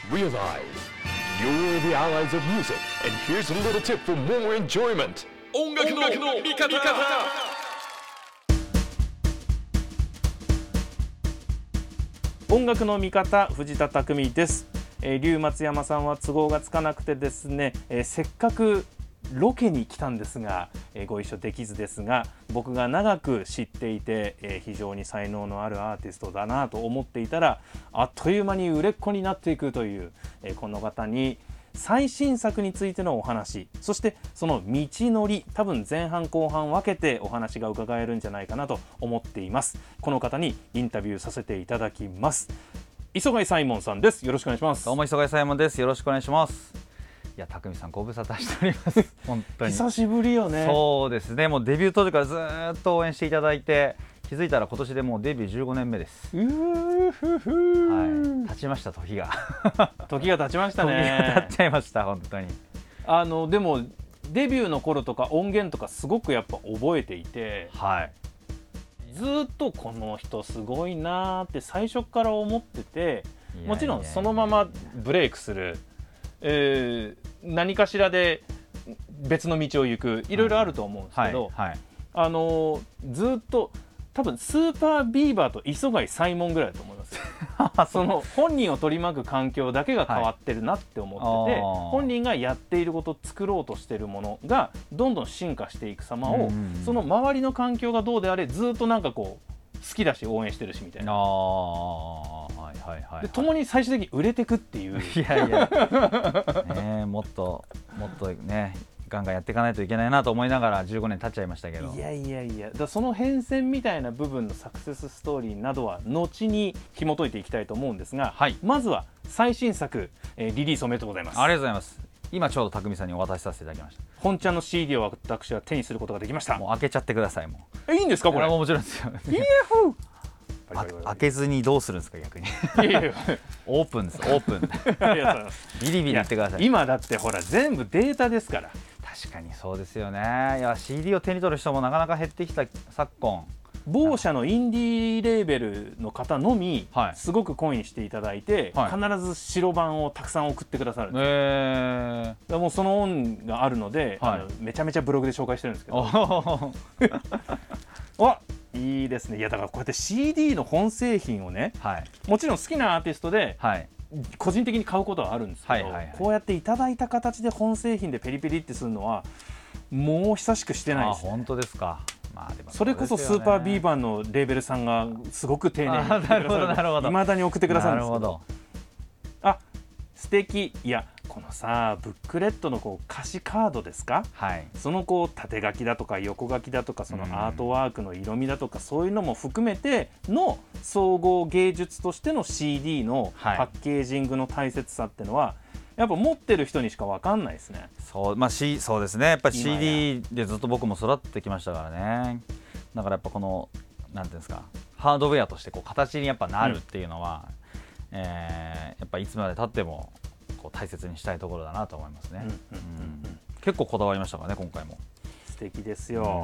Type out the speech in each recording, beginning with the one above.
Realize you're the allies of music, and here's a little tip for more enjoyment. 音楽の味方。 音楽の味方、藤田匠です。龍松山さんは都合がつかなくてですね、せっかくロケに来たんですが、ご一緒できずですが、僕が長く知っていて、非常に才能のあるアーティストだなと思っていたら、あっという間に売れっ子になっていくという、この方に最新作についてのお話、そしてその道のり、多分前半後半分けてお話が伺えるんじゃないかなと思っています。この方にインタビューさせていただきます。磯貝サイモンさんです。よろしくお願いします。 どうも磯貝サイモンです。よろしくお願いします。いや、匠さんご無沙汰しております本当に久しぶりよね。 そうですね、もうデビュー当時からずっと応援していただいて、気づいたら今年でもうデビュー15年目です。はい、経ちました。時が経ちましたね。 時が経っちゃいました。本当にでもデビューの頃とか音源とかすごくやっぱ覚えていて、 はい、 ずっとこの人すごいなって最初から思ってて、もちろんそのままブレイクする、何かしらで別の道を行く、いろいろあると思うんですけど、ずっと多分スーパービーバーと磯貝サイモンぐらいだと思いますその本人を取り巻く環境だけが変わってるなって思ってて、本人がやっていること、作ろうとしているものがどんどん進化していく様を、その周りの環境がどうであれずっとなんかこう好きだし応援してるしみたいな、で共に最終的に売れてくっていう。 いやいや、もっとねガンガンやっていかないといけないなと思いながら15年経っちゃいましたけど、 いやだその変遷みたいな部分のサクセスストーリーなどは後に紐解いていきたいと思うんですが、 はい、 まずは最新作、リリースおめでとうございます。 ありがとうございます。今ちょうど匠さんにお渡しさせていただきました。 本ちゃんの CD を私は手にすることができました。 もう開けちゃってください。もういいんですかこれ。 もちろんですよ。開けずにどうするんですか逆に。オープンです。オープン。 ありがとうございます。 ビリビリ言ってください。 今だってほら全部データですから。 確かにそうですよね。いや CD を手に取る人もなかなか減ってきた昨今、 某社のインディーレーベルの方のみ、すごくコインしていただいて、必ず白版をたくさん送ってくださるんです。もうその恩があるので、めちゃめちゃブログで紹介してるんですけどいいですね。いやだからこうやって CD の本製品をね、もちろん好きなアーティストで、個人的に買うことはあるんですけど、こうやっていただいた形で本製品でペリペリってするのはもう久しくしてないですね。 本当ですか。 それこそスーパービーバーのレーベルさんがすごく丁寧に送ってくださる、未だに送ってくださるんですけど、素敵。いやこのさブックレットのこう歌詞カードですか、そのこう縦書きだとか横書きだとか、そのアートワークの色味だとか、そういうのも含めての総合芸術としての CD のパッケージングの大切さっていうのは、やっぱ持ってる人にしか分かんないですね。 そうですね。やっぱり CD でずっと僕も育ってきましたからね。だからやっぱこのなんていうんですか、ハードウェアとしてこう形にやっぱなるっていうのは、やっぱいつまで経ってもこう大切にしたいところだなと思いますね。結構こだわりましたからね今回も。 素敵ですよ。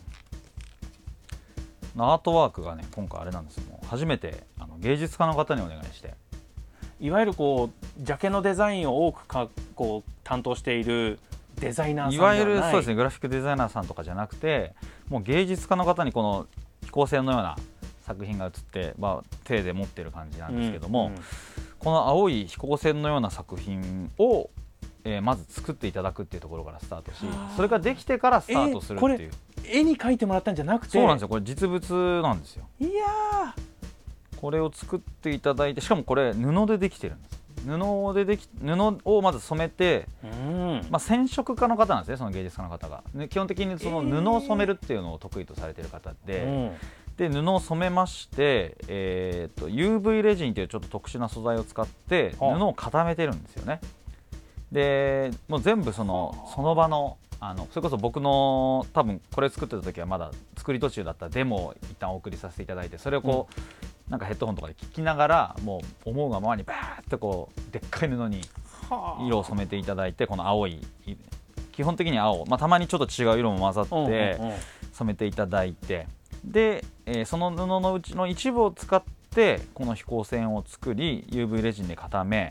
アートワークがね今回あれなんですよ。もう初めて芸術家の方にお願いして、 いわゆるこうジャケのデザインを多くこう担当しているデザイナーさんではない、 いわゆるそうですね、グラフィックデザイナーさんとかじゃなくて、もう芸術家の方にこの飛行船のような作品が映って、手で持ってる感じなんですけども、この青い飛行船のような作品を、まず作っていただくっていうところからスタートし、それができてからスタートするっていう。 絵に描いてもらったんじゃなくて。 そうなんですよ。これ実物なんですよ。 いやこれを作っていただいて、しかもこれ布でできてるんです。布をまず染めて、染色家の方なんですね、その芸術家の方が。基本的にその布を染めるっていうのを得意とされている方で、布を染めまして、UV レジンというちょっと特殊な素材を使って布を固めてるんですよね。でもう全部その場のそれこそ僕の多分これ作ってた時はまだ作り途中だったデモを一旦お送りさせていただいて、それをこう、なんかヘッドホンとかで聞きながら、もう思うがままにバーッとこうでっかい布に色を染めていただいて、この青い基本的に青、たまにちょっと違う色も混ざって染めていただいて、で、その布のうちの一部を使ってこの飛行船を作り UV レジンで固め、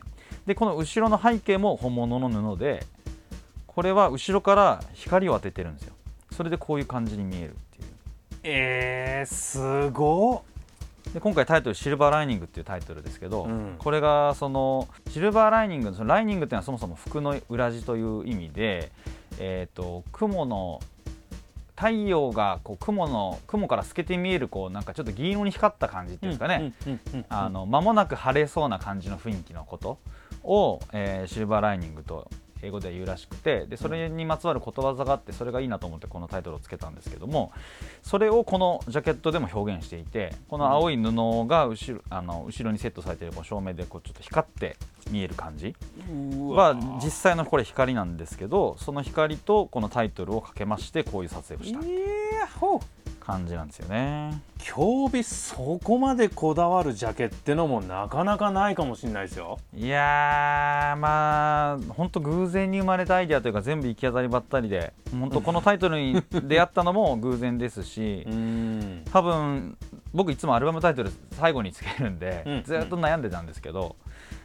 でこの後ろの背景も本物の布で、これは後ろから光を当ててるんですよ。それでこういう感じに見えるっていう。 すごっ。 で今回タイトルシルバーライニングっていうタイトルですけど、 うん、 これがそのシルバーライニング、そのライニングっていうのはそもそも服の裏地という意味で、雲の太陽がこう雲から透けて見えるこうなんかちょっと銀色に光った感じっていうんですかね、間もなく晴れそうな感じの雰囲気のことを、シルバーライニングと英語で言うらしくて、でそれにまつわることわざがあって、それがいいなと思ってこのタイトルをつけたんですけども、それをこのジャケットでも表現していて、この青い布が後ろにセットされているこう照明でこうちょっと光って見える感じは実際のこれ光なんですけど、その光とこのタイトルをかけましてこういう撮影をした感じなんですよね。 競技そこまでこだわるジャケってのもなかなかないかもしれないですよ。 いやー、まあ本当偶然に生まれたアイデアというか、全部行き当たりばったりで、本当このタイトルに出会ったのも偶然ですし多分僕いつもアルバムタイトル最後につけるんで、ずっと悩んでたんですけど、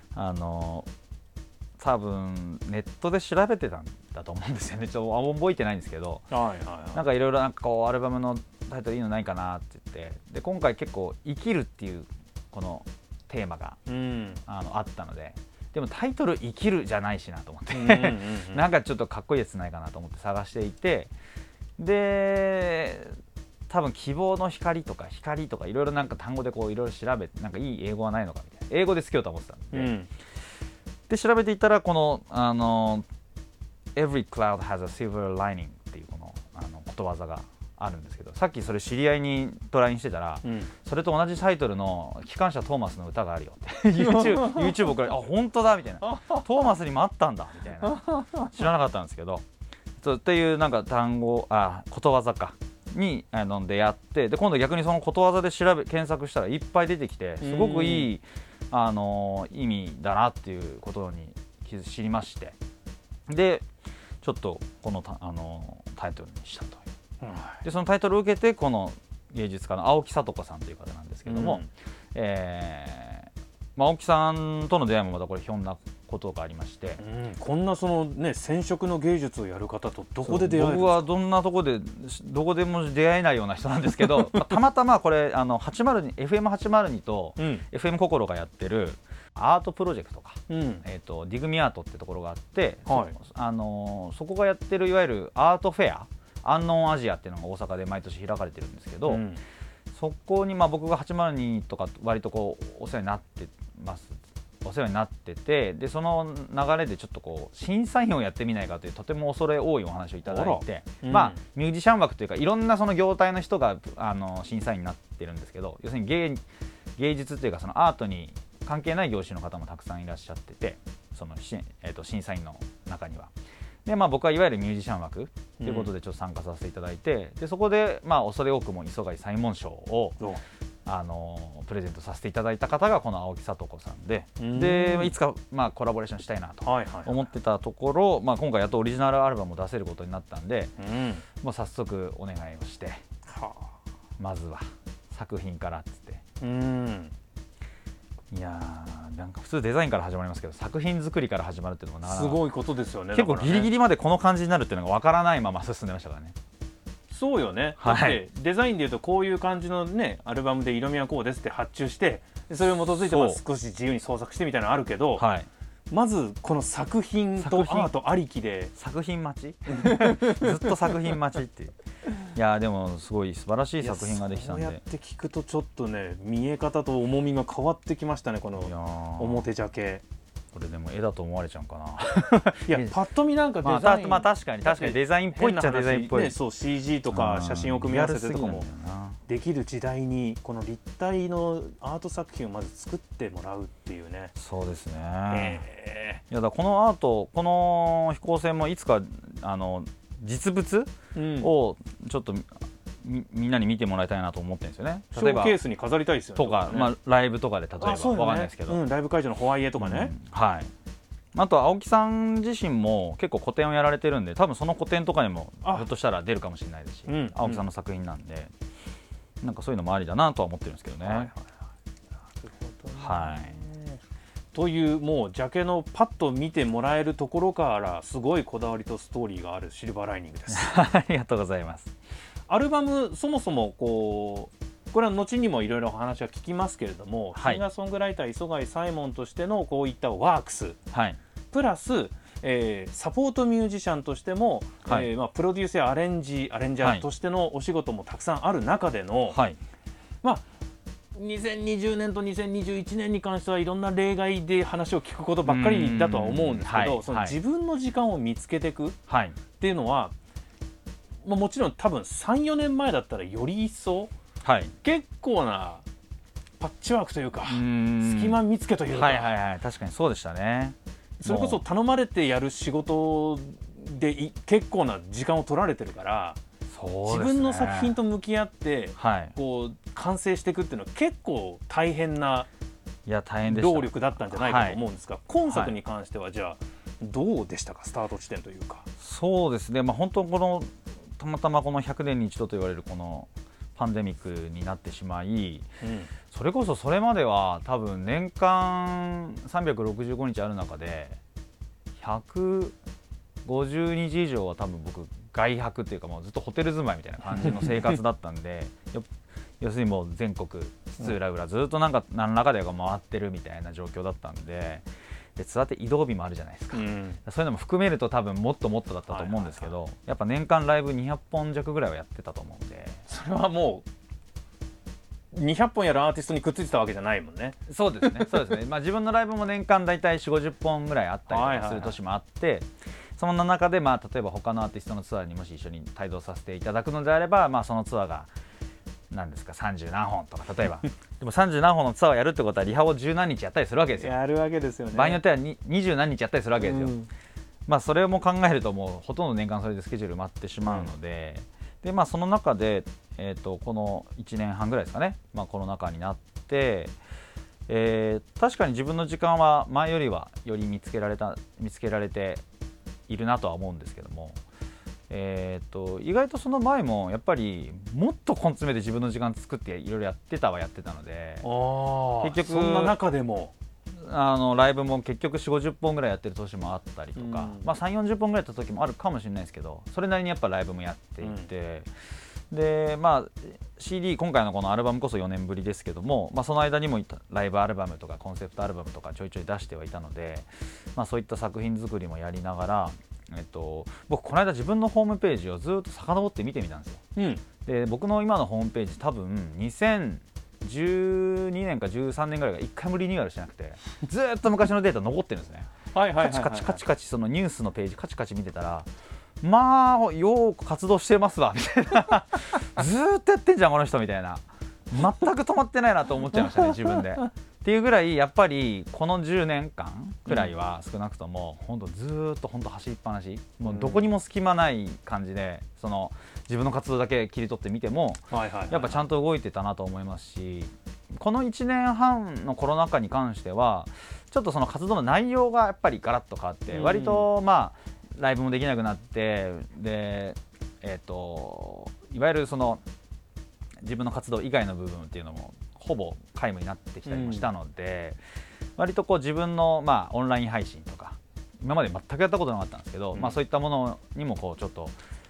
多分ネットで調べてたんだと思うんですよね。ちょっと覚えてないんですけど、なんかいろいろなんかこうアルバムのタイトルいいのないかなって言って、で今回結構生きるっていうこのテーマが、あったので、でもタイトル生きるじゃないしなと思ってなんかちょっとかっこいいやつないかなと思って探していて、で多分希望の光とかいろいろなんか単語でこういろいろ調べて、なんかいい英語はないのかみたいな、英語でつけようと思ってたんで、で調べていったらこのEvery cloud has a silver lining っていうこのことわざがあるんですけど、さっきそれ知り合いにと LINE してたら、それと同じタイトルの機関車トーマスの歌があるよってYouTube 送られて、あ本当だみたいな、トーマスにもあったんだみたいな、知らなかったんですけど、っていうなんかことわざかに出会って、で今度逆にそのことわざで検索したらいっぱい出てきて、すごくいい意味だなっていうことに知りまして、でちょっとこのタイトルにしたという、でそのタイトルを受けてこの芸術家の青木さと子さんという方なんですけども、青木さんとの出会いもまたこれひょんなことがありまして、 こんなそのね染色の芸術をやる方とどこで出会えるんですか？ 僕はどんなとこでどこでも出会えないような人なんですけどたまたまこれFM802 と、FM 心がやってるアートプロジェクトか、ディグミアートってところがあって、そこがやってるいわゆるアートフェア、アンノンアジアっていうのが大阪で毎年開かれてるんですけど、そこに僕が802とか割とこうお世話になってて、でその流れでちょっとこう審査員をやってみないかというとても恐れ多いお話をいただいて、ミュージシャン枠というかいろんなその業態の人が審査員になってるんですけど、要するに芸術というかそのアートに関係ない業種の方もたくさんいらっしゃってて、その審査員の中には。で僕はいわゆるミュージシャン枠ということでちょっと参加させていただいて、でそこで恐れ多くも磯貝左衛門賞をプレゼントさせていただいた方がこの青木さと子さんで、いつかコラボレーションしたいなと思ってたところ、今回やっとオリジナルアルバムを出せることになったんで、もう早速お願いをして、まずは作品からっつって。いやなんか普通デザインから始まりますけど、作品作りから始まるっていうのもすごいことですよね。 結構ギリギリまでこの感じになるっていうのが分からないまま進んでましたからね。 そうよね、だってデザインでいうとこういう感じのねアルバムで色味はこうですって発注して、それを基づいて少し自由に創作してみたいなのあるけど、まずこの作品とアートありきで作品待ちずっと作品待ちっていう。いやでもすごい素晴らしい作品ができたんで、 そうやって聞くとちょっとね見え方と重みが変わってきましたね、この表ジャケ。 これでも絵だと思われちゃうかないやパッと見なんかデザイン、 確かにデザインっぽいっちゃデザインっぽい、 そう CG とか写真を組み合わせてとかもできる時代に、この立体のアート作品をまず作ってもらうっていうね。 そうですね、いやだこのアート、この飛行船もいつか実物をちょっとみんなに見てもらいたいなと思ってるんですよね。 ショーケースに飾りたいですよね。 とか、ライブとかで例えばわかんないですけど、 ライブ会場のホワイエとかね。 あと青木さん自身も結構個展をやられてるんで、多分その個展とかにもひょっとしたら出るかもしれないですし、青木さんの作品なんで、なんかそういうのもありだなとは思ってるんですけどね。 というもうジャケのパッと見てもらえるところからすごいこだわりとストーリーがあるシルバーライニングです。 ありがとうございます。 アルバムそもそもこれは後にもいろいろ話は聞きますけれども、シンガーソングライター磯貝サイモンとしてのこういったワークス、プラスサポートミュージシャンとしても、プロデュースやアレンジャーとしてのお仕事もたくさんある中での、2020年と2021年に関してはいろんな例外で話を聞くことばっかりだとは思うんですけど、その自分の時間を見つけていくっていうのは、もちろん多分 3,4 年前だったらより一層、結構なパッチワークというか隙間見つけというか、 確かにそうでしたね。 それこそ頼まれてやる仕事で結構な時間を取られてるから、自分の作品と向き合って、こう完成していくっていうのは結構大変な労力だったんじゃないかと思うんですが、今作に関してはじゃあどうでしたか、スタート地点というか。 そうですね、本当このたまたまこの100年に一度と言われるこのパンデミックになってしまい、それこそそれまでは多分年間365日ある中で150日以上は多分僕外泊っていうかもうずっとホテル住まいみたいな感じの生活だったんで要するにもう全国津々浦々ずっと何らかで回ってるみたいな状況だったんで、ツアーって移動日もあるじゃないですか、そういうのも含めると多分もっともっとだったと思うんですけど、やっぱ年間ライブ200本弱ぐらいはやってたと思うんで。 それはもう200本やるアーティストにくっついてたわけじゃないもんね。 そうですね自分のライブも年間だいたい 40,50 本ぐらいあったりとかする年もあって、そんな中で例えば他のアーティストのツアーにもし一緒に帯同させていただくのであれば、そのツアーが何ですか30何本とか例えばでも30何本のツアーをやるってことはリハを10何日やったりするわけですよ。 やるわけですよね。 場合によっては20何日やったりするわけですよ。それも考えるともうほとんど年間それでスケジュール埋まってしまうので、その中で、この1年半ぐらいですかね、コロナ禍になって、確かに自分の時間は前よりはより見つけられているなとは思うんですけども、意外とその前もやっぱりもっと根詰めて自分の時間作っていろいろやってたので、 結局そんな中でもライブも結局 40,50 本ぐらいやってる年もあったりとか、30,40 本ぐらいやった時もあるかもしれないですけど、それなりにやっぱライブもやっていて、でCD 今回のこのアルバムこそ4年ぶりですけども、その間にもライブアルバムとかコンセプトアルバムとかちょいちょい出してはいたので、そういった作品作りもやりながら、僕この間自分のホームページをずっと遡って見てみたんですよ。で僕の今のホームページ多分2012年か13年ぐらいが1回もリニューアルしてなくて、ずっと昔のデータ残ってるんですね。カチカチそのニュースのページカチカチ見てたら、よう活動してますわみたいなずーっとやってんじゃんこの人みたいな、全く止まってないなと思っちゃいましたね自分で。っていうぐらいやっぱりこの10年間くらいは少なくとも本当ずーっと走りっぱなし、もうどこにも隙間ない感じでその自分の活動だけ切り取ってみてもやっぱちゃんと動いてたなと思いますし、この1年半のコロナ禍に関してはちょっとその活動の内容がやっぱりガラッと変わって、割とライブもできなくなって、でいわゆるその自分の活動以外の部分っていうのもほぼ皆無になってきたりもしたので、割とこう自分のオンライン配信とか今まで全くやったことなかったんですけど、そういったものにもこうちょっと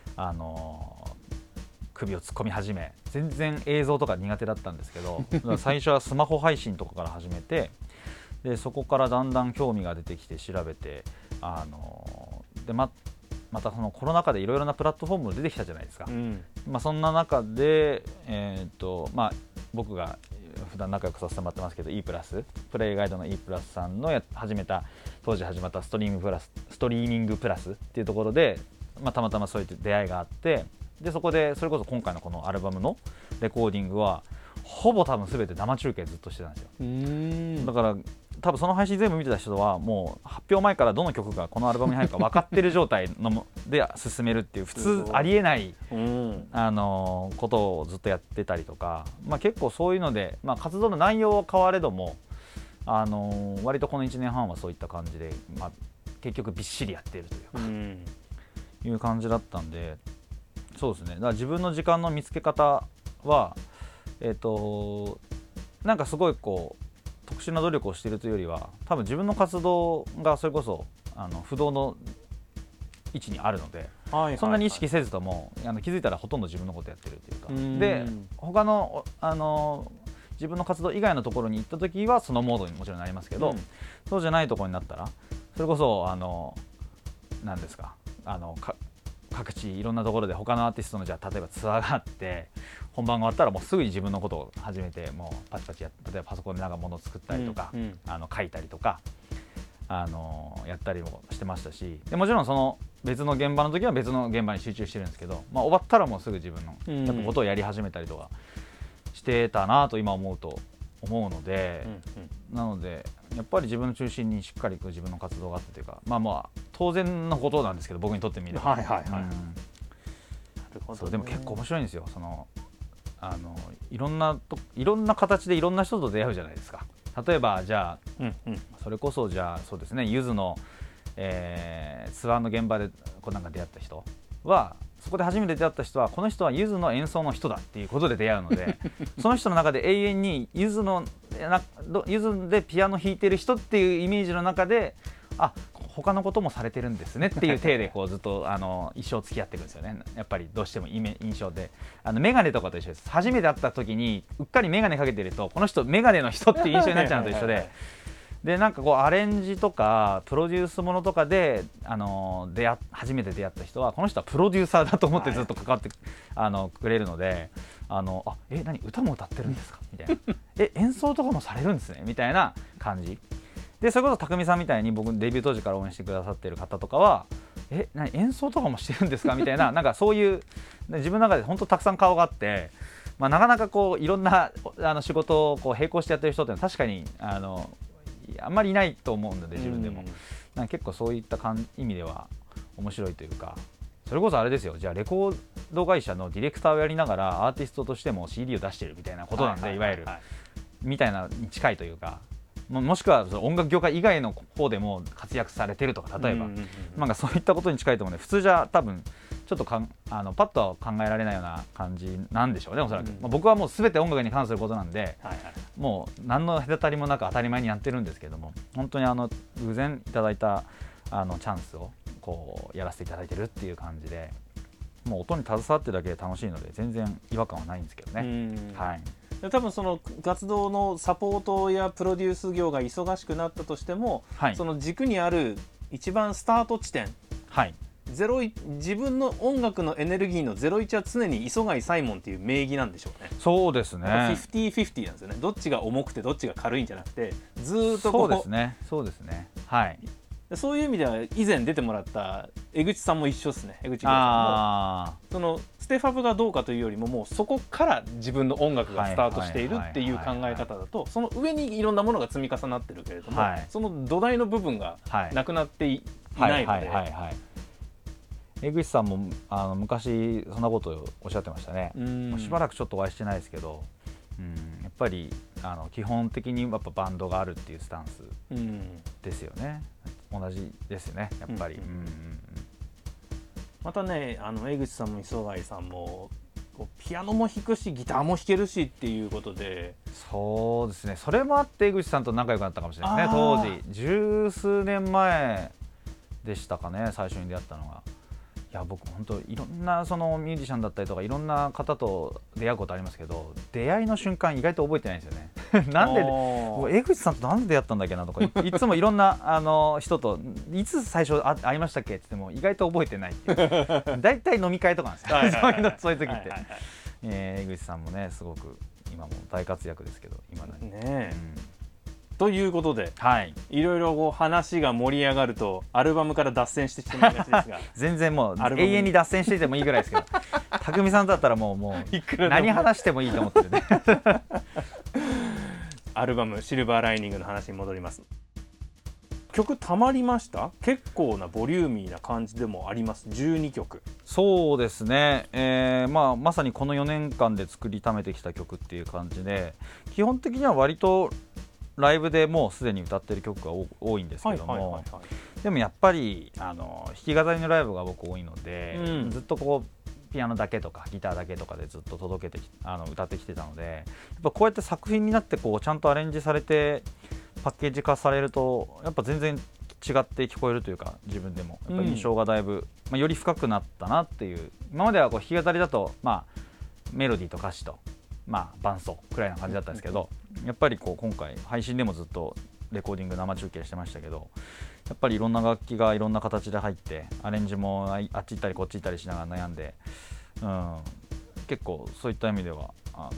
首を突っ込み始め、全然映像とか苦手だったんですけど最初はスマホ配信とかから始めて、でそこからだんだん興味が出てきて調べて、でまたそのコロナ禍でいろいろなプラットフォームも出てきたじゃないですか。そんな中で、僕が普段仲良くさせてもらってますけど E プラスプレイガイドの E プラスさんの当時始まったストリーミングプラスっていうところで、たまたまそういった出会いがあって、でそこでそれこそ今回のこのアルバムのレコーディングはほぼ多分全て生中継ずっとしてたんですよ。だから多分その配信全部見てた人はもう発表前からどの曲がこのアルバムに入るか分かってる状態で進めるっていう普通ありえないことをずっとやってたりとか、結構そういうので、活動の内容は変われども、割とこの1年半はそういった感じで、結局びっしりやっているというか、いう感じだったんで、そうですね。だから自分の時間の見つけ方はなんかすごいこう特殊な努力をしているというよりは多分自分の活動がそれこそ不動の位置にあるので、そんなに意識せずとも気づいたらほとんど自分のことやってるというかで他の自分の活動以外のところに行った時はそのモードにもちろんなりますけど、そうじゃないところになったらそれこそ何ですか各地いろんなところで他のアーティストのじゃあ例えばツアーがあって本番が終わったらもうすぐに自分のことを始めてもうパチパチ例えばパソコンでなんか物を作ったりとか、書いたりとかやったりもしてましたし、でもちろんその別の現場の時は別の現場に集中してるんですけど、終わったらもうすぐ自分のことをやり始めたりとかしてたなと今思うので、なのでやっぱり自分の中心にしっかり自分の活動があってというか、当然のことなんですけど僕にとってみれば、でも結構面白いんですよ。いろんな形でいろんな人と出会うじゃないですか。例えばじゃあ、それこそじゃあそうですね、ゆずの、ツアーの現場でなんか出会った人はそこで初めて出会った人はこの人はゆずの演奏の人だっていうことで出会うのでその人の中で永遠にゆずでピアノ弾いてる人っていうイメージの中で他のこともされてるんですねっていう体でずっと一生付き合っていくんですよね。やっぱりどうしても印象でメガネとかと一緒です。初めて会った時にうっかりメガネかけてるとこの人メガネの人っていう印象になっちゃうのと一緒ででなんかアレンジとかプロデュースものとかで初めて出会った人はこの人はプロデューサーだと思ってずっと関わってくれるので何歌も歌ってるんですかみたいな演奏とかもされるんですねみたいな感じで、それこそ匠さんみたいに僕デビュー当時から応援してくださっている方とかは何演奏とかもしてるんですかみたいななんかそういう自分の中で本当たくさん顔があって、なかなかいろんな仕事を並行してやってる人って確かにあんまりいないと思うので自分でもなんか結構そういった意味では面白いというか、それこそあれですよ、じゃあレコード会社のディレクターをやりながらアーティストとしても CD を出してるみたいなことなんで、いわゆるみたいなに近いというか、もしくはその音楽業界以外の方でも活躍されてるとか、例えばなんかそういったことに近いと思うので、普通じゃ多分ちょっとパッとは考えられないような感じなんでしょうね、おそらく。僕はもう全て音楽に関することなんで、もう何の隔たりもなく当たり前にやってるんですけども、本当に偶然いただいたチャンスをやらせていただいてるっていう感じで、もう音に携わってるだけで楽しいので全然違和感はないんですけどね。 多分その活動のサポートやプロデュース業が忙しくなったとしても、その軸にある一番スタート地点、自分の音楽のエネルギーの01は常に磯貝サイモンっていう名義なんでしょうね。 そうですね。 50-50なんですよね。どっちが重くてどっちが軽いんじゃなくて、ずーっとそうですね。 そういう意味では以前出てもらった江口さんも一緒ですね。江口さんもそのステファブがどうかというよりも、もうそこから自分の音楽がスタートしているっていう考え方だと、その上にいろんなものが積み重なってるけれども、その土台の部分がなくなっていないので、 江口さんも昔そんなことをおっしゃってましたね。もうしばらくちょっとお会いしてないですけど、やっぱり基本的にやっぱバンドがあるっていうスタンスですよね。同じですね、やっぱり。 またね、江口さんも磯貝さんもピアノも弾くしギターも弾けるしっていうことで、 そうですね、それもあって江口さんと仲良くなったかもしれないですね。当時十数年前でしたかね、最初に出会ったのが。いや僕本当いろんなそのミュージシャンだったりとかいろんな方と出会うことありますけど、出会いの瞬間意外と覚えてないんですよね。なんで江口さんとなんで出会ったんだっけなとか、いつもいろんな人といつ最初会いましたっけって言っても意外と覚えてないっていうだいたい飲み会とかなんですよそういう時って。江口さんもねすごく今も大活躍ですけど、今だにね。 ということで、いろいろ話が盛り上がるとアルバムから脱線してしまいがちですが全然もう永遠に脱線していてもいいぐらいですけど匠さんだったらもう何話してもいいと思ってるねアルバムシルバーライニングの話に戻ります。曲たまりました？結構なボリューミーな感じでもあります。12曲。 そうですね、まさにこの4年間で作りためてきた曲っていう感じで、基本的には割とライブでもうすでに歌ってる曲が多いんですけども、でもやっぱり弾き語りのライブが僕多いので、ずっとピアノだけとかギターだけとかでずっと歌ってきてたので、やっぱこうやって作品になってちゃんとアレンジされてパッケージ化されるとやっぱ全然違って聞こえるというか、自分でもやっぱ印象がだいぶ、より深くなったなっていう。今まではこう弾き語りだと、メロディーと歌詞と、伴奏くらいな感じだったんですけど、やっぱりこう今回配信でもずっとレコーディング生中継してましたけど、やっぱりいろんな楽器がいろんな形で入って、アレンジもあっち行ったりこっち行ったりしながら悩んで、結構そういった意味では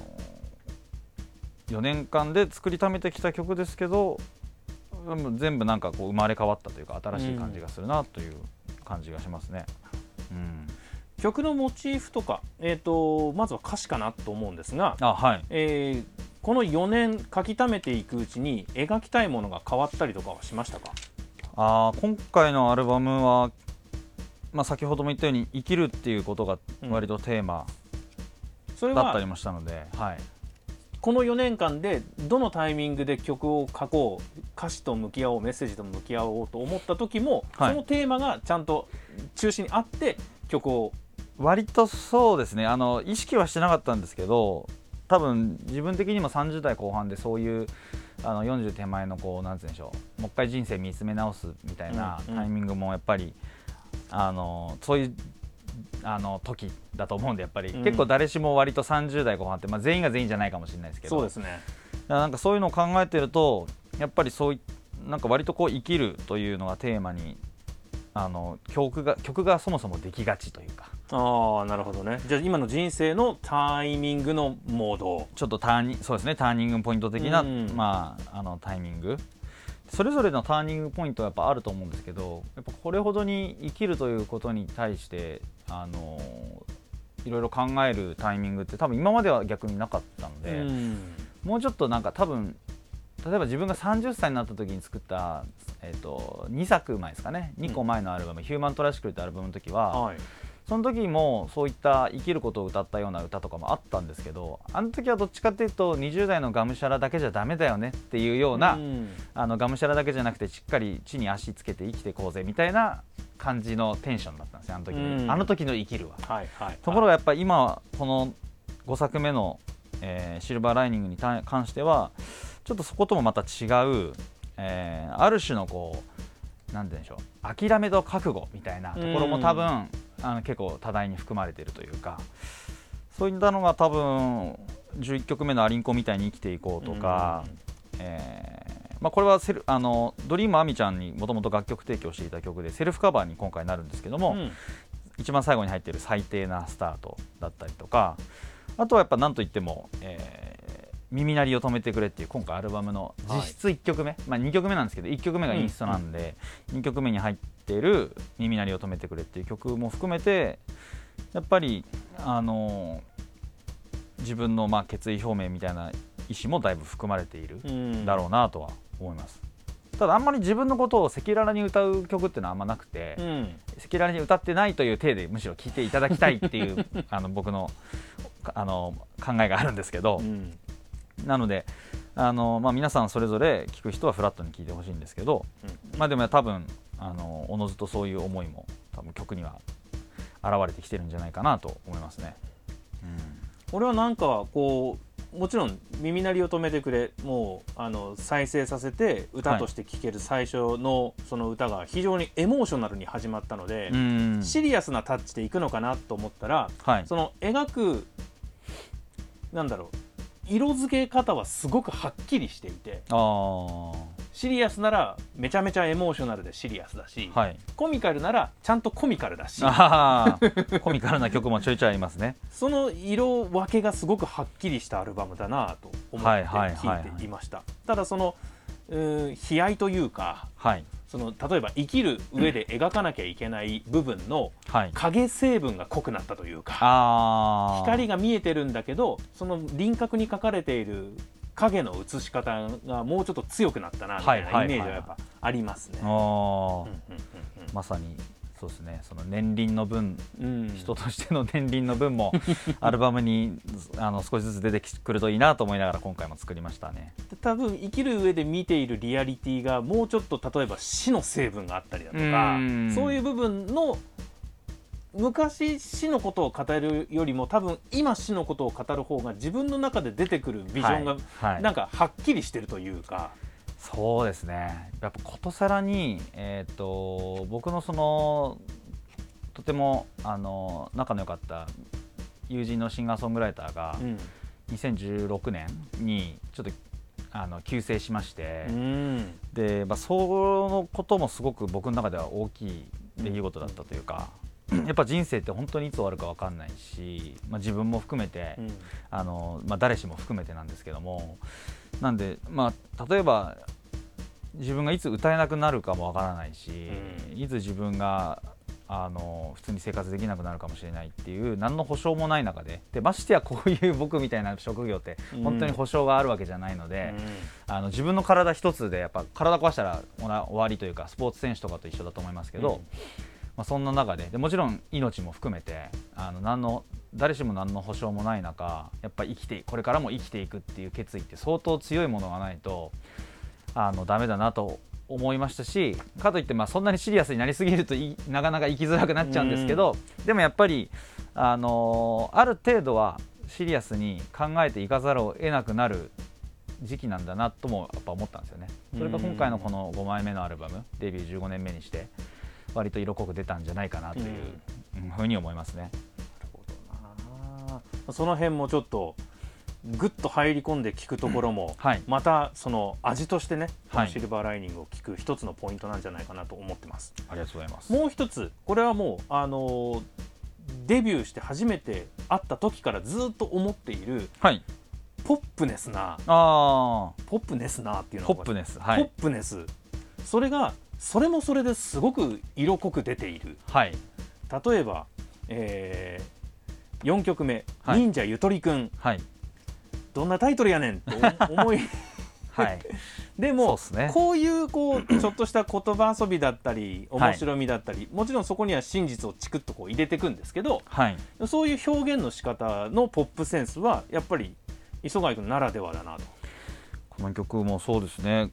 4年間で作りためてきた曲ですけど、全部なんかこう生まれ変わったというか、新しい感じがするなという感じがしますね。 曲のモチーフとか、まずは歌詞かなと思うんですが、 はい、 この4年書き溜めていくうちに描きたいものが変わったりとかはしましたか？ 今回のアルバムは、先ほども言ったように生きるっていうことが割とテーマだったりもしたので、 この4年間でどのタイミングで曲を書こう、歌詞と向き合おう、メッセージと向き合おうと思った時も、そのテーマがちゃんと中心にあって曲を。 割とそうですね、意識はしてなかったんですけど、多分自分的にも30代後半でそういう40手前のこうなんて言うんでしょう、もう一回人生見つめ直すみたいなタイミングもやっぱり、そういう時だと思うんで、やっぱり、結構誰しも割と30代後半って、全員が全員じゃないかもしれないですけど、 そうですね、 なんかそういうのを考えてると、やっぱりそういうなんか割とこう生きるというのがテーマに曲がそもそもできがちというか。 なるほどね。じゃあ今の人生のタイミングのモード、 ちょっとそうですね、ターニングポイント的な、タイミング、それぞれのターニングポイントはやっぱあると思うんですけど、やっぱこれほどに生きるということに対していろいろ考えるタイミングって多分今までは逆になかったので、もうちょっとなんか多分例えば自分が30歳になった時に作った、2作前ですかね、2個前のアルバム、ヒューマントラシクルってアルバムの時は、その時もそういった生きることを歌ったような歌とかもあったんですけど、あの時はどっちかっていうと20代のがむしゃらだけじゃダメだよねっていうような、がむしゃらだけじゃなくてしっかり地に足つけて生きていこうぜみたいな感じのテンションだったんですよ、あの時の生きるは。ところがやっぱり今この5作目の、シルバーライニングに関してはちょっとそこともまた違う、ある種のこうなんて言うんでしょう、諦めと覚悟みたいなところも多分結構多大に含まれているというか、そういったのが多分11曲目のアリンコみたいに生きていこうとか、これはドリームアミちゃんにもともと楽曲提供していた曲でセルフカバーに今回なるんですけども、一番最後に入っている最低なスタートだったりとか、あとはやっぱ何といっても、耳鳴りを止めてくれっていう今回アルバムの実質1曲目、2曲目なんですけど1曲目がインストなんで、2曲目に入っている耳鳴りを止めてくれっていう曲も含めて、やっぱり自分の決意表明みたいな意思もだいぶ含まれているだろうなとは思います。ただあんまり自分のことを赤裸々に歌う曲っていうのはあんまなくて、赤裸々に歌ってないという体でむしろ聴いていただきたいっていう僕の考えがあるんですけど、なので皆さんそれぞれ聴く人はフラットに聴いてほしいんですけど、でも多分おのずとそういう思いも多分曲には現れてきてるんじゃないかなと思いますね。 俺はなんかこうもちろん耳鳴りを止めてくれ、もう再生させて歌として聴ける最初のその歌が非常にエモーショナルに始まったので、シリアスなタッチでいくのかなと思ったら、その描くなんだろう、色付け方はすごくはっきりしていて、シリアスならめちゃめちゃエモーショナルでシリアスだし、コミカルならちゃんとコミカルだし、 コミカルな曲もちょいちょいありますね。その色分けがすごくはっきりしたアルバムだなと思って聴いていました。ただその悲哀というか、その例えば生きる上で描かなきゃいけない部分の影成分が濃くなったというか、光が見えてるんだけどその輪郭に描かれている影の映し方がもうちょっと強くなったなみたいなイメージはやっぱありますね。 まさにそうですね、その年輪の分、人としての年輪の分もアルバムに少しずつ出てくるといいなと思いながら今回も作りましたね。 多分生きる上で見ているリアリティがもうちょっと例えば死の成分があったりだとか、そういう部分の昔死のことを語るよりも多分今死のことを語る方が自分の中で出てくるビジョンがなんかはっきりしてるというか、 そうですね、やっぱことさらに、僕のそのとても仲の良かった友人のシンガーソングライターが、2016年にちょっと急逝しまして、で、そのこともすごく僕の中では大きい出来事だったというか、やっぱ人生って本当にいつ終わるか分かんないし、自分も含めて、誰しも含めてなんですけども、なんで、例えば自分がいつ歌えなくなるかも分からないし、いつ自分が普通に生活できなくなるかもしれないっていう何の保証もない中で、ましてやこういう僕みたいな職業って本当に保証があるわけじゃないので、自分の体一つでやっぱ体壊したら終わりというか、スポーツ選手とかと一緒だと思いますけど、そんな中でもちろん命も含めて誰しも何の保証もない中、やっぱりこれからも生きていくっていう決意って相当強いものがないとダメだなと思いましたし、かといってそんなにシリアスになりすぎるとなかなか生きづらくなっちゃうんですけど、でもやっぱりある程度はシリアスに考えていかざるを得なくなる時期なんだなともやっぱ思ったんですよね。それが今回のこの5枚目のアルバム、デビュー15年目にして割と色濃く出たんじゃないかなというふうに思いますね。なるほどな。その辺もちょっとぐっと入り込んで聞くところも、またその味としてね、このシルバーライニングを聞く一つのポイントなんじゃないかなと思ってます。 ありがとうございます。 もう一つ、これはもうデビューして初めて会った時からずっと思っている、ポップネスなっていうのがポップネス、それがそれもそれですごく色濃く出ている。例えば、4曲目、忍者ゆとりくん、どんなタイトルやねんと思いでもこういうちょっとした言葉遊びだったり面白みだったり、もちろんそこには真実をチクッと入れていくんですけど、そういう表現の仕方のポップセンスはやっぱり磯貝君ならではだなと。 この曲もそうですね、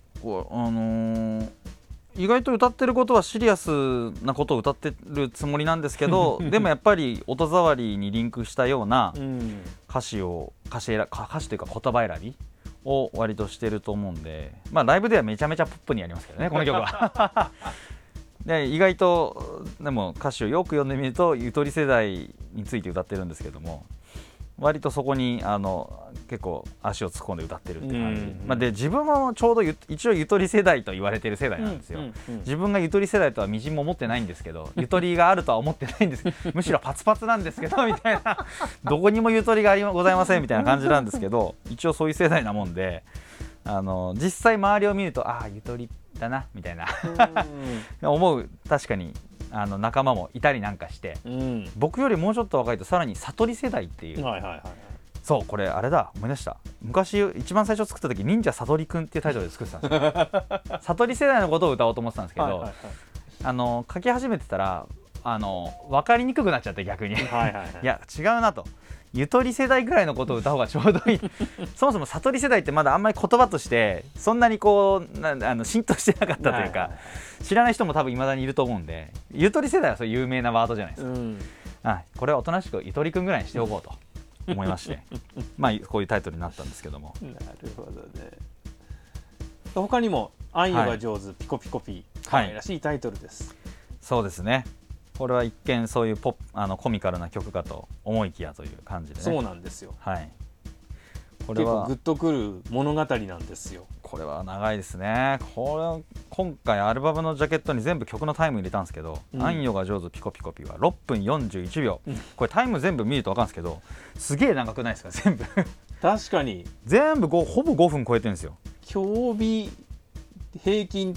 意外と歌ってることはシリアスなことを歌ってるつもりなんですけどでもやっぱり音触りにリンクしたような歌詞というか言葉選びを割としてると思うんで、ライブではめちゃめちゃポップにやりますけどねこの曲はで意外とでも歌詞をよく読んでみるとゆとり世代について歌ってるんですけども、割とそこに結構足を突っ込んで歌ってるって感じ、で自分もちょうど一応ゆとり世代と言われてる世代なんですよ。自分がゆとり世代とはみじんも思ってないんですけど、ゆとりがあるとは思ってないんですむしろパツパツなんですけどみたいなどこにもゆとりがございませんみたいな感じなんですけど、一応そういう世代なもんで実際周りを見るとゆとりだなみたいな思う、確かに仲間もいたりなんかして、僕よりもうちょっと若いとさらに悟り世代っていう、そうこれあれだ思い出した、昔一番最初作った時忍者悟りくんっていうタイトルで作ってたんですよ悟り世代のことを歌おうと思ってたんですけど、書き始めてたら分かりにくくなっちゃって逆にいや違うなと、ゆとり世代ぐらいのことを歌う方がちょうどいいそもそも悟り世代ってまだあんまり言葉としてそんなに浸透してなかったというか、知らない人も多分いまだにいると思うんで、ゆとり世代はそういう有名なワードじゃないですか、これはおとなしくゆとりくんぐらいにしておこうと思いましてこういうタイトルになったんですけども。 なるほどね。他にもあんよが上手、ピコピコピ、可愛らしいタイトルです。 そうですね、これは一見そういうコミカルな曲かと思いきやという感じでね。 そうなんですよ、 これは結構グッとくる物語なんですよ。 これは長いですね。今回アルバムのジャケットに全部曲のタイム入れたんですけど、あんよが上手ピコピコピは6分41秒、これタイム全部見ると分かるんですけど、すげえ長くないですか全部確かに全部ほぼ5分超えてるんですよ。 競技平均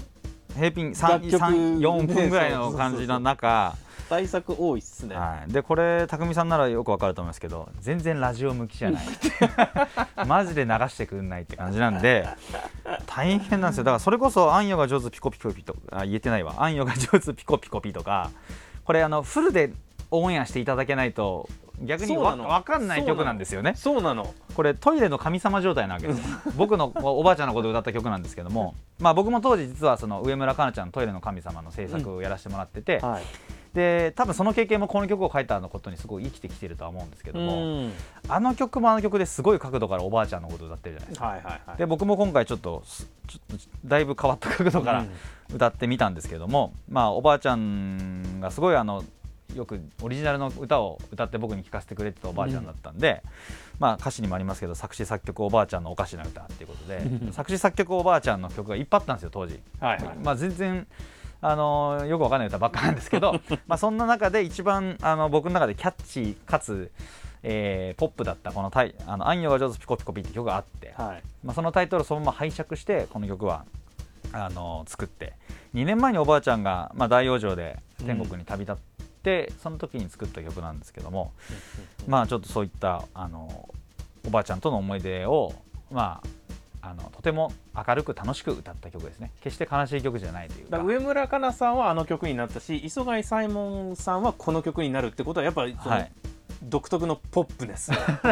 4分ぐらいの感じの中、 対策多いっすね、 でこれ匠さんならよくわかると思いますけど、全然ラジオ向きじゃないマジで流してくんないって感じなんで大変なんですよ。だからそれこそあんよが上手ピコピコピと言えてないわ、あんよが上手ピコピコピとか、これフルでオンエアしていただけないと逆に分かんない曲なんですよね。 そうなの。 これトイレの神様状態なわけです僕のおばあちゃんのことを歌った曲なんですけども、僕も当時実はその上村かなちゃんのトイレの神様の制作をやらせてもらってて、 で多分その経験もこの曲を書いたのことにすごい生きてきてるとは思うんですけども、あの曲もあの曲ですごい角度からおばあちゃんのことを歌ってるじゃないですか、 はいはいはい、 で僕も今回ちょっとだいぶ変わった角度から歌ってみたんですけども、まあ、おばあちゃんがすごいよくオリジナルの歌を歌って僕に聴かせてくれてたおばあちゃんだったんで、まあ、歌詞にもありますけど作詞作曲おばあちゃんのおかしな歌っていうことで作詞作曲おばあちゃんの曲がいっぱいあったんですよ当時、はいはい、まあ、全然よくわかんない歌ばっかなんですけどまあそんな中で一番僕の中でキャッチーかつ、ポップだったこのあんよが上手ピコピコピって曲があって、はい、まあ、そのタイトルをそのまま拝借してこの曲は作って2年前におばあちゃんが、まあ、大往生で天国に旅立って、その時に作った曲なんですけども、まあちょっとそういったおばあちゃんとの思い出をまあとても明るく楽しく歌った曲ですね。決して悲しい曲じゃないというか。 上村かなさんはあの曲になったし、磯貝サイモンさんはこの曲になるってことはやっぱりその、はい、独特のポップです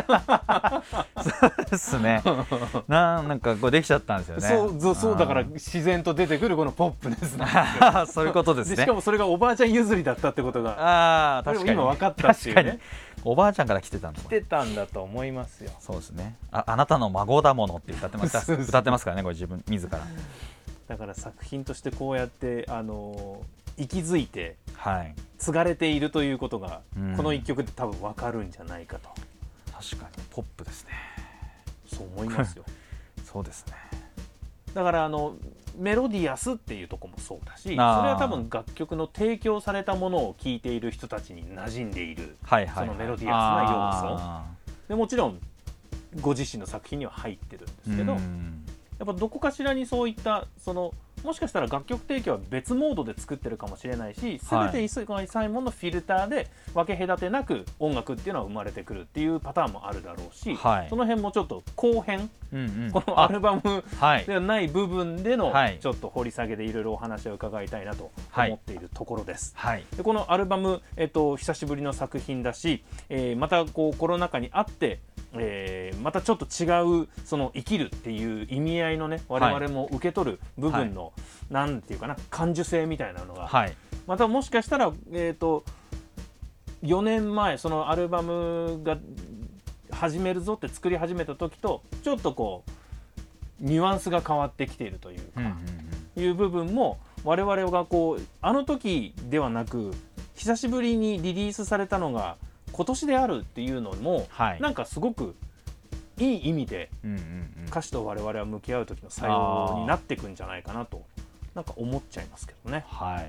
そうですね。なんかこうできちゃったんですよね。 そうだから自然と出てくるこのポップですねそういうことですね。 しかもそれがおばあちゃん譲りだったってことが確かに今分かったっていうね。 おばあちゃんから来てたんだ。 来てたんだと思いますよ。 そうですね。あなたの孫だものって歌ってます歌ってますからね、これ自ら。 だから作品としてこうやって息づいて、 はい、 継がれているということが、この一曲で多分分かるんじゃないかと。 確かにポップですね。 そう思いますよそうですね。 だからメロディアスっていうところもそうだし、それは多分楽曲の提供されたものを聴いている人たちに馴染んでいる、そのメロディアスな要素でもちろんご自身の作品には入ってるんですけど、やっぱどこかしらにそういったもしかしたら楽曲提供は別モードで作ってるかもしれないし、全て磯貝サイモンのフィルターで分け隔てなく音楽っていうのは生まれてくるっていうパターンもあるだろうし、はい、その辺もちょっと後編、このアルバムではない部分でのちょっと掘り下げでいろいろお話を伺いたいなと思っているところです。はい、でこのアルバム、久しぶりの作品だし、またこうコロナ禍にあってまたちょっと違うその生きるっていう意味合いのね、我々も受け取る部分の、なんていうかな、感受性みたいなのが、またもしかしたら、4年前そのアルバムが始めるぞって作り始めた時とちょっとこうニュアンスが変わってきているというか、いう部分も我々がこうあの時ではなく久しぶりにリリースされたのが今年であるっていうのも、なんかすごくいい意味で歌詞と我々は向き合う時の作用になっていくんじゃないかなとなんか思っちゃいますけどね。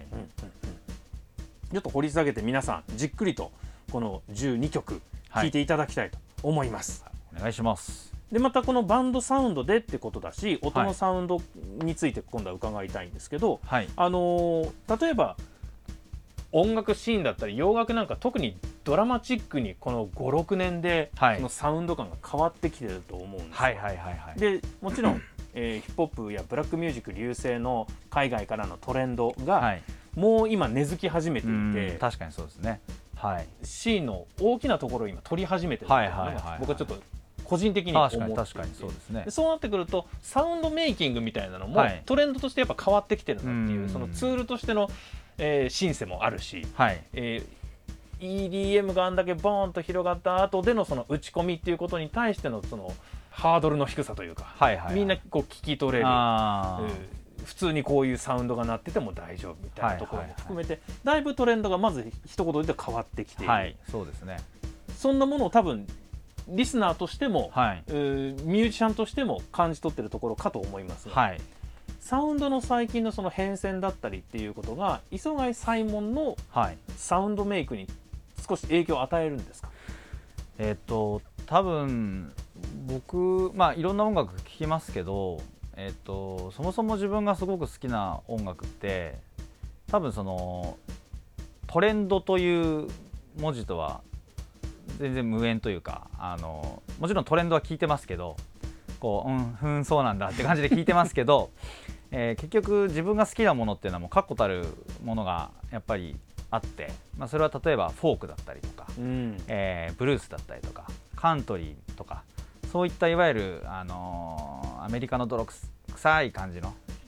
ちょっと掘り下げて皆さんじっくりとこの12曲聴いていただきたいと思います。 お願いします。 でまたこのバンドサウンドでってことだし、音のサウンドについて今度は伺いたいんですけど、例えば音楽シーンだったり洋楽なんか特にドラマチックにこの 5,6 年でそのサウンド感が変わってきてると思うんですよ。でもちろん、ヒップホップやブラックミュージック流行の海外からのトレンドが、もう今根付き始めていて、 確かにそうですね、 シーンの大きなところを今取り始めてるのが僕はちょっと個人的に思っていて、 確かにそうですね。 そうなってくるとサウンドメイキングみたいなのも、トレンドとしてやっぱ変わってきてるなっていう、そのツールとしてのシンセもあるし、EDM があんだけボーンと広がった後でのその打ち込みっていうことに対してのそのハードルの低さというか、みんなこう聞き取れる、普通にこういうサウンドが鳴ってても大丈夫みたいなところも含めて、だいぶトレンドがまず一言で変わってきている、 そうですね。 そんなものを多分リスナーとしても、ミュージシャンとしても感じ取ってるところかと思いますが、サウンドの最近のその変遷だったりっていうことが磯貝サイモンのサウンドメイクに少し影響を与えるんですか？ 多分僕、いろんな音楽聴きますけど、そもそも自分がすごく好きな音楽って多分そのトレンドという文字とは全然無縁というか、もちろんトレンドは聞いてますけど、こうそうなんだって感じで聞いてますけど結局自分が好きなものっていうのはもう確固たるものがやっぱりあって、それは例えばフォークだったりとか、ブルースだったりとかカントリーとか、そういったいわゆる、アメリカの泥臭い感じの、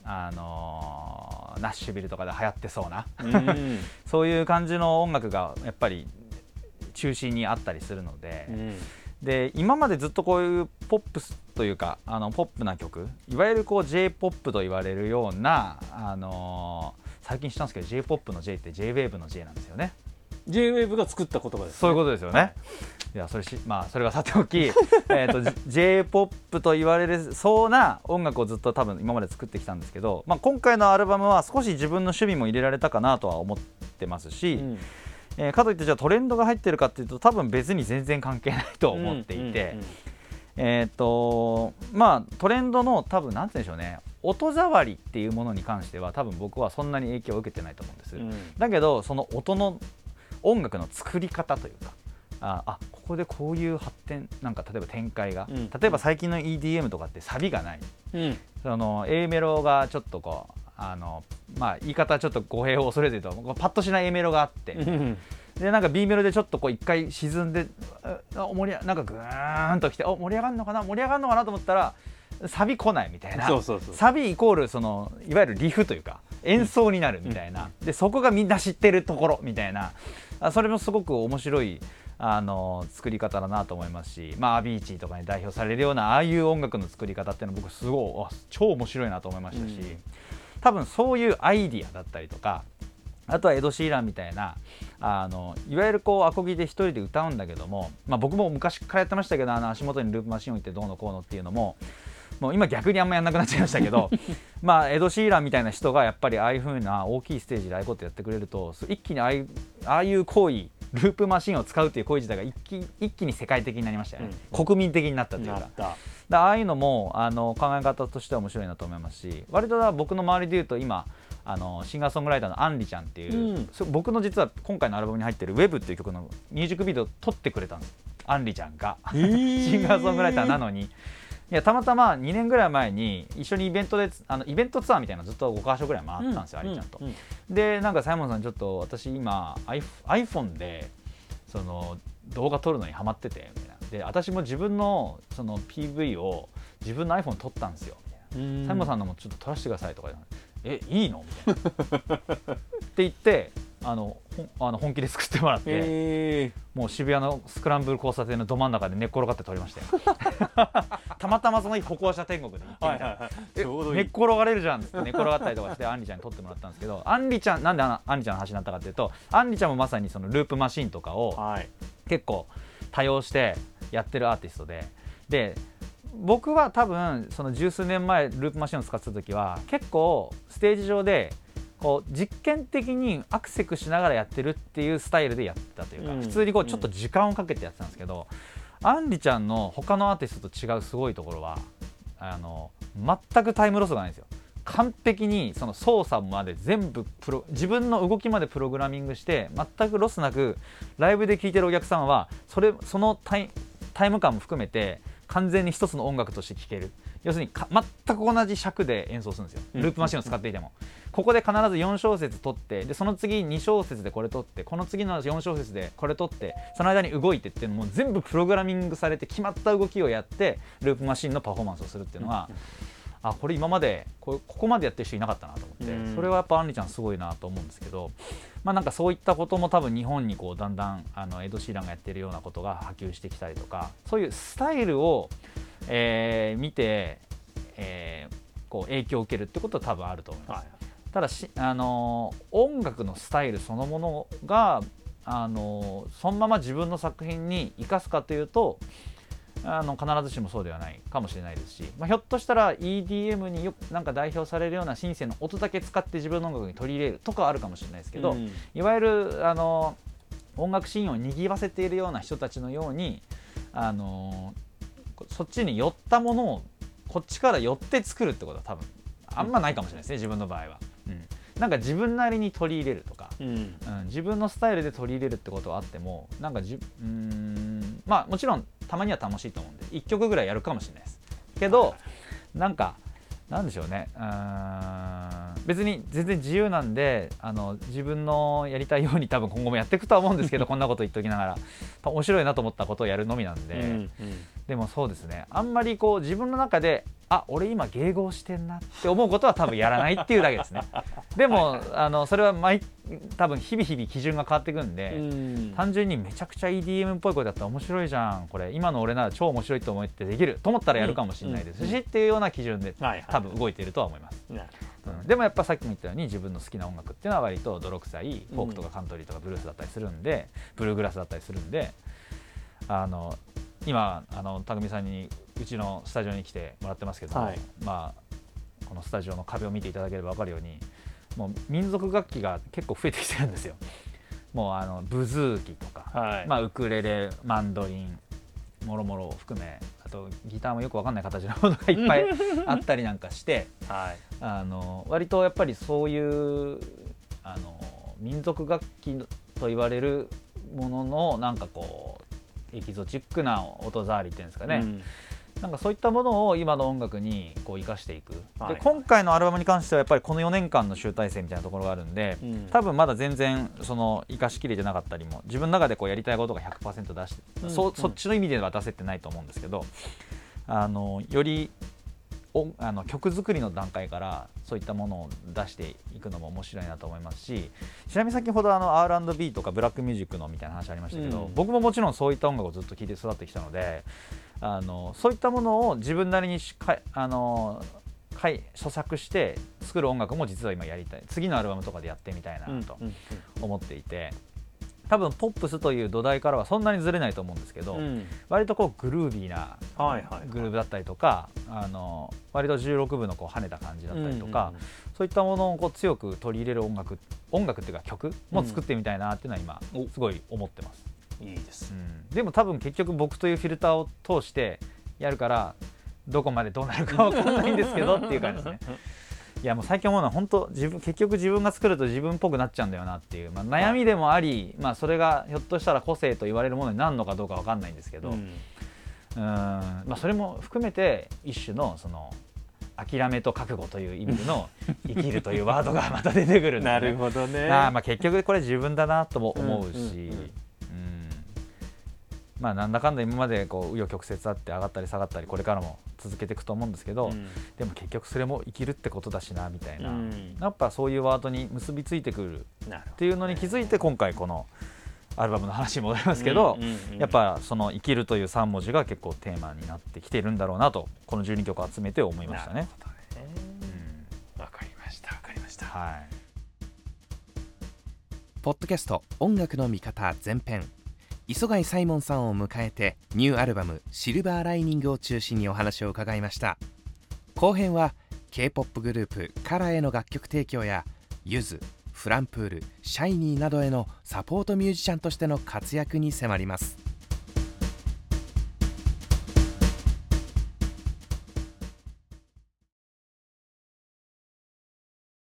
ナッシュビルとかで流行ってそうなそういう感じの音楽がやっぱり中心にあったりするので、で今までずっとこういうポップスというかポップな曲、いわゆるこう J-POP と言われるような、最近知ったんですけど J-POP の J って J-WAVE の J なんですよね。 J-WAVE が作った言葉です、ね、 そういうことですよね。いやそれそれがさておきJ-POP と言われるそうな音楽をずっと多分今まで作ってきたんですけど、今回のアルバムは少し自分の趣味も入れられたかなとは思ってますし、かといってじゃあトレンドが入ってるかっていうと多分別に全然関係ないと思っていて、トレンドの多分なんて言うんでしょうね、音触りっていうものに関しては多分僕はそんなに影響を受けてないと思うんです、だけどその音の音楽の作り方というか、ここでこういう発展なんか例えば展開が、例えば最近の EDM とかってサビがない、その A メロがちょっとこう言い方はちょっと語弊を恐れず言うとパッとしない A メロがあって、でなんか B メロでちょっとこう一回沈んでなんかグーンときて盛り上がるのかなと思ったらサビ来ないみたいな、サビイコールそのいわゆるリフというか演奏になるみたいな、でそこがみんな知ってるところみたいな、それもすごく面白い作り方だなと思いますし、アビーチとかに代表されるようなああいう音楽の作り方っていうのは僕すごい超面白いなと思いましたし、多分そういうアイディアだったりとか、あとはエド・シーランみたいないわゆるこうアコギで一人で歌うんだけども、僕も昔からやってましたけど足元にループマシンを置いてどうのこうのっていうのもう今逆にあんまやんなくなっちゃいましたけどエド・シーランみたいな人がやっぱりああいう風な大きいステージでああいうことやってくれると一気にああいう行為ループマシンを使うという行為自体が一気に世界的になりましたよね、国民的になったというか。ああいうのも考え方としては面白いなと思いますし、割と僕の周りでいうと今シンガーソングライターのアンリちゃんっていう、僕の実は今回のアルバムに入ってる Web っていう曲のミュージックビデオを撮ってくれたんです、アンリちゃんがシンガーソングライターなのに。いやたまたま2年ぐらい前に一緒にイベントツアーみたいなのずっと5カ所ぐらい回ったんですよ、アリちゃんと。でなんかサイモンさんちょっと私今 iPhone でその動画撮るのにハマっててみたいな、で私も自分のその PV を自分の iPhone 撮ったんですよみたいな、サイモンさんのもちょっと撮らせてくださいとかいいのみたいなって言って本気で作ってもらって、もう渋谷のスクランブル交差点のど真ん中で寝っ転がって撮りましたよたまたまその日歩行者天国で行ってみたら寝っ転がれるじゃんって寝転がったりとかしてアンリちゃんに撮ってもらったんですけど、アンリちゃんなんでアンリちゃんの話になったかっていうと、アンリちゃんもまさにそのループマシンとかを結構多用してやってるアーティストで僕は多分その十数年前ループマシンを使ってた時は結構ステージ上でこう実験的にアクセクしながらやってるっていうスタイルでやってたというか、普通にこうちょっと時間をかけてやってたんですけど、アンリちゃんの他のアーティストと違うすごいところは全くタイムロスがないんですよ。完璧にその操作まで全部自分の動きまでプログラミングして全くロスなくライブで聴いてるお客さんはそのタイム感も含めて完全に一つの音楽として聴ける。要するに全く同じ尺で演奏するんですよ、ループマシンを使っていても。ここで必ず4小節取って、でその次2小節でこれ取って、この次の4小節でこれ取って、その間に動いてっていうのも全部プログラミングされて決まった動きをやってループマシンのパフォーマンスをするっていうのは、これ今までここまでやってる人いなかったなと思って、それはやっぱアンリちゃんすごいなと思うんですけど、なんかそういったことも多分日本にこうだんだんエド・シーランがやってるようなことが波及してきたりとか、そういうスタイルを見て、こう影響を受けるってことは多分あると思います、ただ音楽のスタイルそのものがそのまま自分の作品に生かすかというと必ずしもそうではないかもしれないですし、ひょっとしたら EDM によくなんか代表されるようなシンセの音だけ使って自分の音楽に取り入れるとかはあるかもしれないですけど、いわゆる音楽シーンを賑わせているような人たちのようにそっちに寄ったものをこっちから寄って作るってことは多分あんまないかもしれないですね、自分の場合は。なんか自分なりに取り入れるとか、自分のスタイルで取り入れるってことはあっても、なんかもちろんたまには楽しいと思うんで1曲ぐらいやるかもしれないですけど、なんでしょうね、 別に全然自由なんで自分のやりたいように多分今後もやっていくとは思うんですけどこんなこと言っておきながら面白いなと思ったことをやるのみなんで、でもそうですね、あんまりこう自分の中で俺今迎合してんなって思うことは多分やらないっていうだけですね。でもそれは多分日々基準が変わっていくんで、単純にめちゃくちゃ EDM っぽいことだったら面白いじゃんこれ今の俺なら超面白いと思ってできると思ったらやるかもしれないですし、っていうような基準で多分動いているとは思います。でもやっぱさっきも言ったように自分の好きな音楽っていうのは割と泥臭いフォークとかカントリーとかブルースだったりするんで、ブルーグラスだったりするんで、今匠さんにうちのスタジオに来てもらってますけども、このスタジオの壁を見ていただければ分かるようにもう民族楽器が結構増えてきてるんですよ。もうブズーキとか、ウクレレ、マンドリンもろもろを含め、あとギターもよく分かんない形のものがいっぱいあったりなんかして、割とやっぱりそういう民族楽器と言われるもののなんかこうエキゾチックな音触りっていうんですかね、なんかそういったものを今の音楽にこう生かしていく、で今回のアルバムに関してはやっぱりこの4年間の集大成みたいなところがあるんで、多分まだ全然その生かしきれてなかったりも、自分の中でこうやりたいことが 100% 出して、そっちの意味では出せてないと思うんですけど、より曲作りの段階からそういったものを出していくのも面白いなと思いますし、ちなみに先ほどR&B とかブラックミュージックのみたいな話ありましたけど、僕ももちろんそういった音楽をずっと聴いて育ってきたので、そういったものを自分なりに咀嚼して作る音楽も実は今やりたい、次のアルバムとかでやってみたいなと思っていて、多分ポップスという土台からはそんなにずれないと思うんですけど、割とこうグルービーなグルーヴだったりとか、割と16分のこう跳ねた感じだったりとか、そういったものをこう強く取り入れる音楽っていうか曲も作ってみたいなっていうのは今すごい思ってます。 いいです、 でも多分結局僕というフィルターを通してやるからどこまでどうなるか分かんないんですけどっていう感じですね。いやもう最近思うのは本当結局自分が作ると自分っぽくなっちゃうんだよなっていう、悩みでもあり、それがひょっとしたら個性と言われるものになるのかどうか分かんないんですけど、それも含めて一種のその諦めと覚悟という意味での生きるというワードがまた出てくるんですね。 なるほどね。 結局これ自分だなとも思うし、なんだかんだ今までこう紆余曲折あって上がったり下がったりこれからも続けていくと思うんですけど、でも結局それも生きるってことだしなみたいな、やっぱそういうワードに結びついてくるっていうのに気づいて、今回このアルバムの話に戻りますけど、やっぱその生きるという3文字が結構テーマになってきているんだろうなと、この12曲を集めて思いましたね。 わかりました。 ポッドキャスト音楽の見方前編、磯貝サイモンさんを迎えてニューアルバムシルバーライニングを中心にお話を伺いました。後編は K-POP グループカラーへの楽曲提供やゆず、フランプール、シャイニーなどへのサポートミュージシャンとしての活躍に迫ります。